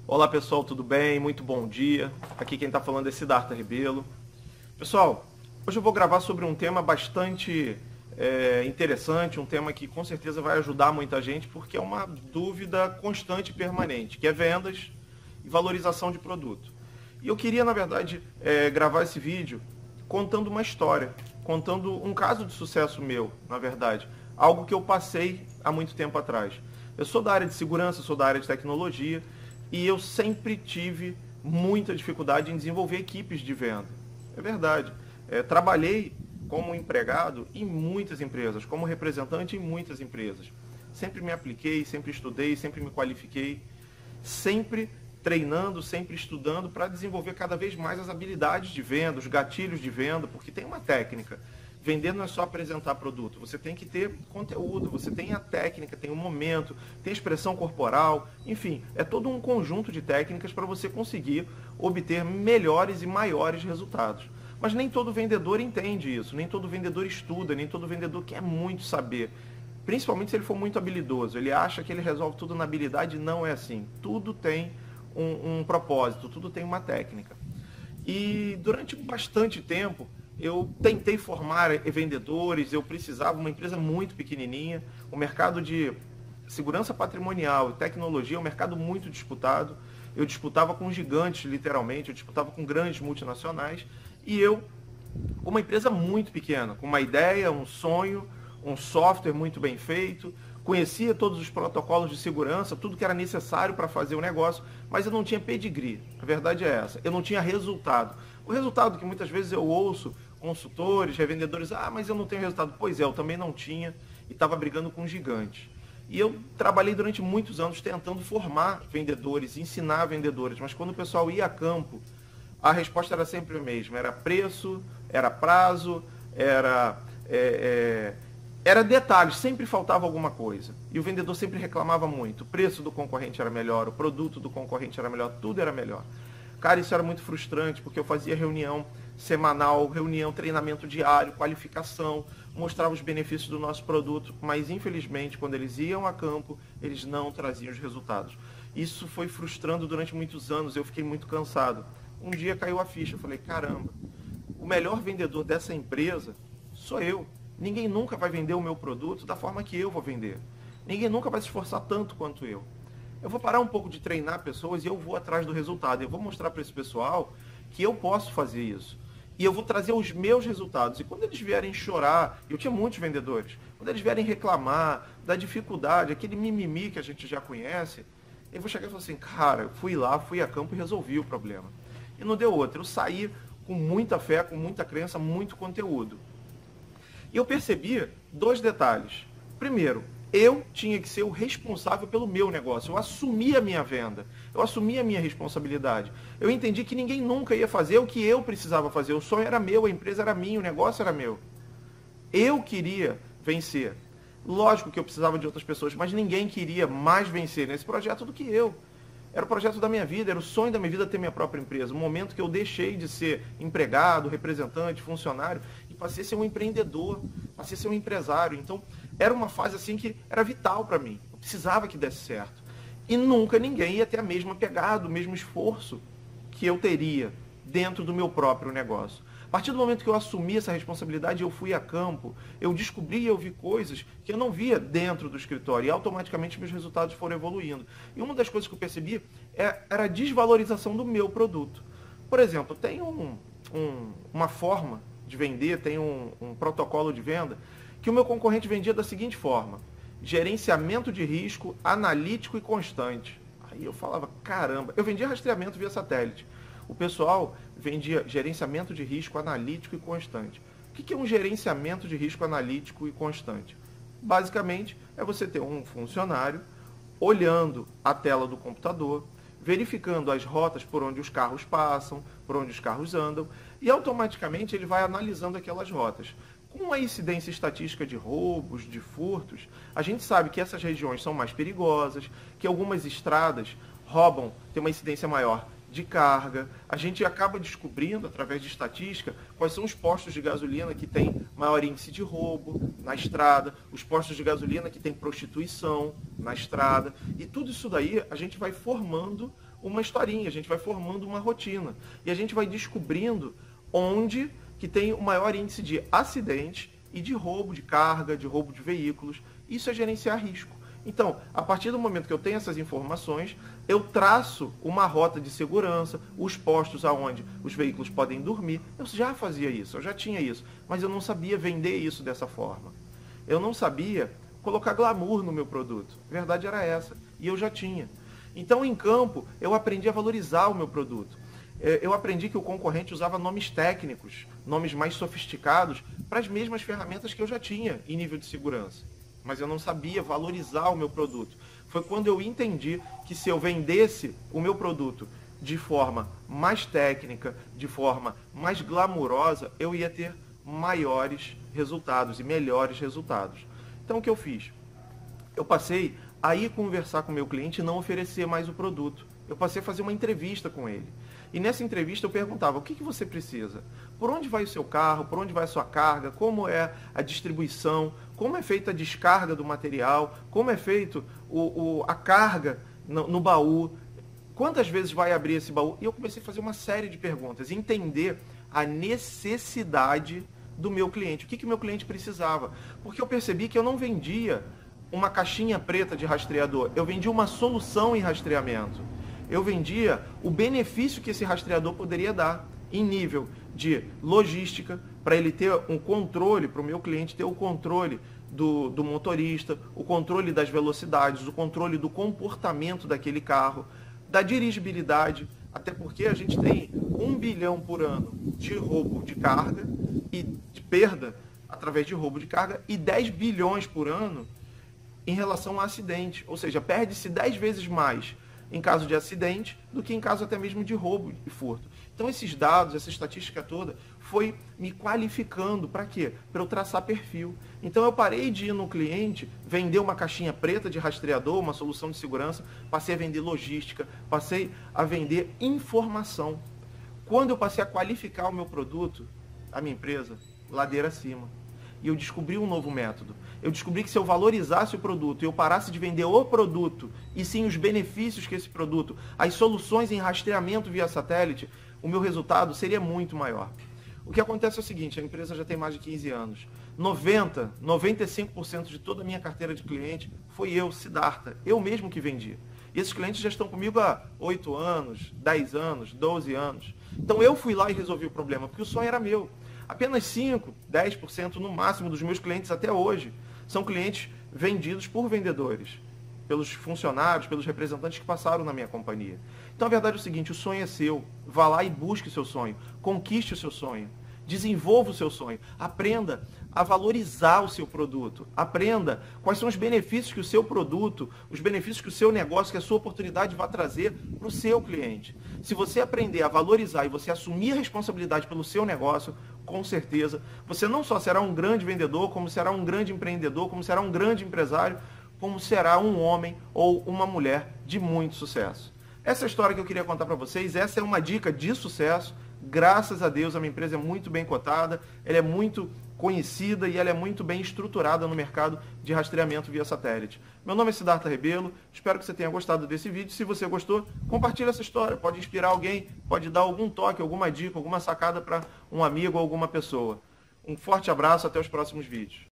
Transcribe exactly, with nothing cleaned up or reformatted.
Olá pessoal, tudo bem? Muito bom dia. Aqui quem está falando é Siddhartha Rebelo. Pessoal, hoje eu vou gravar sobre um tema bastante é, interessante, um tema que com certeza vai ajudar muita gente, porque é uma dúvida constante e permanente, que é vendas e valorização de produto. E eu queria, na verdade, é, gravar esse vídeo contando uma história, contando um caso de sucesso meu, na verdade, algo que eu passei há muito tempo atrás. Eu sou da área de segurança, sou da área de tecnologia, e eu sempre tive muita dificuldade em desenvolver equipes de venda. É verdade. É, trabalhei como empregado em muitas empresas, como representante em muitas empresas. Sempre me apliquei, sempre estudei, sempre me qualifiquei, sempre treinando, sempre estudando para desenvolver cada vez mais as habilidades de venda, os gatilhos de venda, porque tem uma técnica. Vender não é só apresentar produto, você tem que ter conteúdo, você tem a técnica, tem o momento, tem a expressão corporal, enfim, é todo um conjunto de técnicas para você conseguir obter melhores e maiores resultados. Mas nem todo vendedor entende isso, nem todo vendedor estuda, nem todo vendedor quer muito saber. Principalmente se ele for muito habilidoso, ele acha que ele resolve tudo na habilidade, e não é assim. Tudo tem um, um propósito, tudo tem uma técnica. E durante bastante tempo, eu tentei formar vendedores, eu precisava, uma empresa muito pequenininha, o mercado de segurança patrimonial e tecnologia é um mercado muito disputado, eu disputava com gigantes, literalmente, eu disputava com grandes multinacionais, e eu, com uma empresa muito pequena, com uma ideia, um sonho, um software muito bem feito, conhecia todos os protocolos de segurança, tudo que era necessário para fazer o negócio, mas eu não tinha pedigree, a verdade é essa, eu não tinha resultado. O resultado que muitas vezes eu ouço consultores, revendedores, ah, mas eu não tenho resultado. Pois é, eu também não tinha e estava brigando com gigantes. E eu trabalhei durante muitos anos tentando formar vendedores, ensinar vendedores, mas quando o pessoal ia a campo, a resposta era sempre a mesma, era preço, era prazo, era, é, é, era detalhes, sempre faltava alguma coisa. E o vendedor sempre reclamava muito, o preço do concorrente era melhor, o produto do concorrente era melhor, tudo era melhor. Cara, isso era muito frustrante, porque eu fazia reunião semanal, reunião, treinamento diário, qualificação, mostrava os benefícios do nosso produto, mas infelizmente, quando eles iam a campo, eles não traziam os resultados. Isso foi frustrando durante muitos anos, eu fiquei muito cansado. Um dia caiu a ficha, eu falei, caramba, o melhor vendedor dessa empresa sou eu. Ninguém nunca vai vender o meu produto da forma que eu vou vender. Ninguém nunca vai se esforçar tanto quanto eu. Eu vou parar um pouco de treinar pessoas e eu vou atrás do resultado. Eu vou mostrar para esse pessoal que eu posso fazer isso. E eu vou trazer os meus resultados. E quando eles vierem chorar, eu tinha muitos vendedores, quando eles vierem reclamar da dificuldade, aquele mimimi que a gente já conhece, eu vou chegar e falar assim, cara, eu fui lá, fui a campo e resolvi o problema. E não deu outra. Eu saí com muita fé, com muita crença, muito conteúdo. E eu percebi dois detalhes. Primeiro, eu tinha que ser o responsável pelo meu negócio. Eu assumi a minha venda. Eu assumi a minha responsabilidade. Eu entendi que ninguém nunca ia fazer o que eu precisava fazer. O sonho era meu, a empresa era minha, o negócio era meu. Eu queria vencer. Lógico que eu precisava de outras pessoas, mas ninguém queria mais vencer nesse projeto do que eu. Era o projeto da minha vida, era o sonho da minha vida ter minha própria empresa. O momento que eu deixei de ser empregado, representante, funcionário, e passei a ser um empreendedor, passei a ser um empresário. Então, era uma fase assim que era vital para mim. Eu precisava que desse certo. E nunca ninguém ia ter a mesma pegada, o mesmo esforço que eu teria dentro do meu próprio negócio. A partir do momento que eu assumi essa responsabilidade, eu fui a campo, eu descobri e eu vi coisas que eu não via dentro do escritório e automaticamente meus resultados foram evoluindo. E uma das coisas que eu percebi era a desvalorização do meu produto. Por exemplo, tem um, um, uma forma de vender, tem um, um protocolo de venda que o meu concorrente vendia da seguinte forma: gerenciamento de risco analítico e constante. Aí eu falava, caramba, eu vendia rastreamento via satélite. O pessoal vendia gerenciamento de risco analítico e constante. O que é um gerenciamento de risco analítico e constante? Basicamente, é você ter um funcionário olhando a tela do computador, verificando as rotas por onde os carros passam, por onde os carros andam, e automaticamente ele vai analisando aquelas rotas. Com a incidência estatística de roubos, de furtos, a gente sabe que essas regiões são mais perigosas, que algumas estradas roubam, tem uma incidência maior de carga. A gente acaba descobrindo, através de estatística, quais são os postos de gasolina que têm maior índice de roubo na estrada, os postos de gasolina que têm prostituição na estrada. E tudo isso daí a gente vai formando uma historinha, a gente vai formando uma rotina. E a gente vai descobrindo onde que tem o maior índice de acidente e de roubo de carga, de roubo de veículos. Isso é gerenciar risco. Então, a partir do momento que eu tenho essas informações, eu traço uma rota de segurança, os postos aonde os veículos podem dormir. Eu já fazia isso, eu já tinha isso, mas eu não sabia vender isso dessa forma. Eu não sabia colocar glamour no meu produto. A verdade era essa, e eu já tinha. Então, em campo, eu aprendi a valorizar o meu produto. Eu aprendi que o concorrente usava nomes técnicos, nomes mais sofisticados, para as mesmas ferramentas que eu já tinha em nível de segurança. Mas eu não sabia valorizar o meu produto. Foi quando eu entendi que se eu vendesse o meu produto de forma mais técnica, de forma mais glamurosa, eu ia ter maiores resultados e melhores resultados. Então, o que eu fiz? Eu passei a ir conversar com o meu cliente e não oferecer mais o produto. Eu passei a fazer uma entrevista com ele. E nessa entrevista eu perguntava, o que, que você precisa? Por onde vai o seu carro? Por onde vai a sua carga? Como é a distribuição? Como é feita a descarga do material? Como é feito o, o, a carga no, no baú? Quantas vezes vai abrir esse baú? E eu comecei a fazer uma série de perguntas, entender a necessidade do meu cliente. O que, que meu cliente precisava? Porque eu percebi que eu não vendia uma caixinha preta de rastreador, eu vendia uma solução em rastreamento. Eu vendia o benefício que esse rastreador poderia dar em nível de logística, para ele ter um controle, para o meu cliente ter o controle do, do motorista, o controle das velocidades, o controle do comportamento daquele carro, da dirigibilidade, até porque a gente tem um bilhão por ano de roubo de carga e de perda através de roubo de carga e dez bilhões por ano em relação a acidente, ou seja, perde-se dez vezes mais em caso de acidente do que em caso até mesmo de roubo e furto. Então esses dados, essa estatística toda foi me qualificando para quê? Para eu traçar perfil. Então eu parei de ir no cliente, vender uma caixinha preta de rastreador, uma solução de segurança, passei a vender logística, passei a vender informação. Quando eu passei a qualificar o meu produto, a minha empresa, ladeira acima. E eu descobri um novo método. Eu descobri que se eu valorizasse o produto e eu parasse de vender o produto, e sim os benefícios que esse produto, as soluções em rastreamento via satélite, o meu resultado seria muito maior. O que acontece é o seguinte, a empresa já tem mais de quinze anos. noventa, noventa e cinco por cento de toda a minha carteira de cliente foi eu, Siddhartha, eu mesmo que vendi. E esses clientes já estão comigo há oito anos, dez anos, doze anos. Então eu fui lá e resolvi o problema, porque o sonho era meu. Apenas cinco, dez por cento no máximo dos meus clientes até hoje são clientes vendidos por vendedores, pelos funcionários, pelos representantes que passaram na minha companhia. Então a verdade é o seguinte, o sonho é seu. Vá lá e busque o seu sonho. Conquiste o seu sonho. Desenvolva o seu sonho. Aprenda a valorizar o seu produto. Aprenda quais são os benefícios que o seu produto, os benefícios que o seu negócio, que a sua oportunidade vai trazer para o seu cliente. Se você aprender a valorizar e você assumir a responsabilidade pelo seu negócio, com certeza, você não só será um grande vendedor, como será um grande empreendedor, como será um grande empresário, como será um homem ou uma mulher de muito sucesso. Essa é a história que eu queria contar para vocês. Essa é uma dica de sucesso. Graças a Deus, a minha empresa é muito bem cotada, ela é muito conhecida e ela é muito bem estruturada no mercado de rastreamento via satélite. Meu nome é Siddhartha Rebelo, espero que você tenha gostado desse vídeo. Se você gostou, compartilhe essa história, pode inspirar alguém, pode dar algum toque, alguma dica, alguma sacada para um amigo ou alguma pessoa. Um forte abraço, até os próximos vídeos.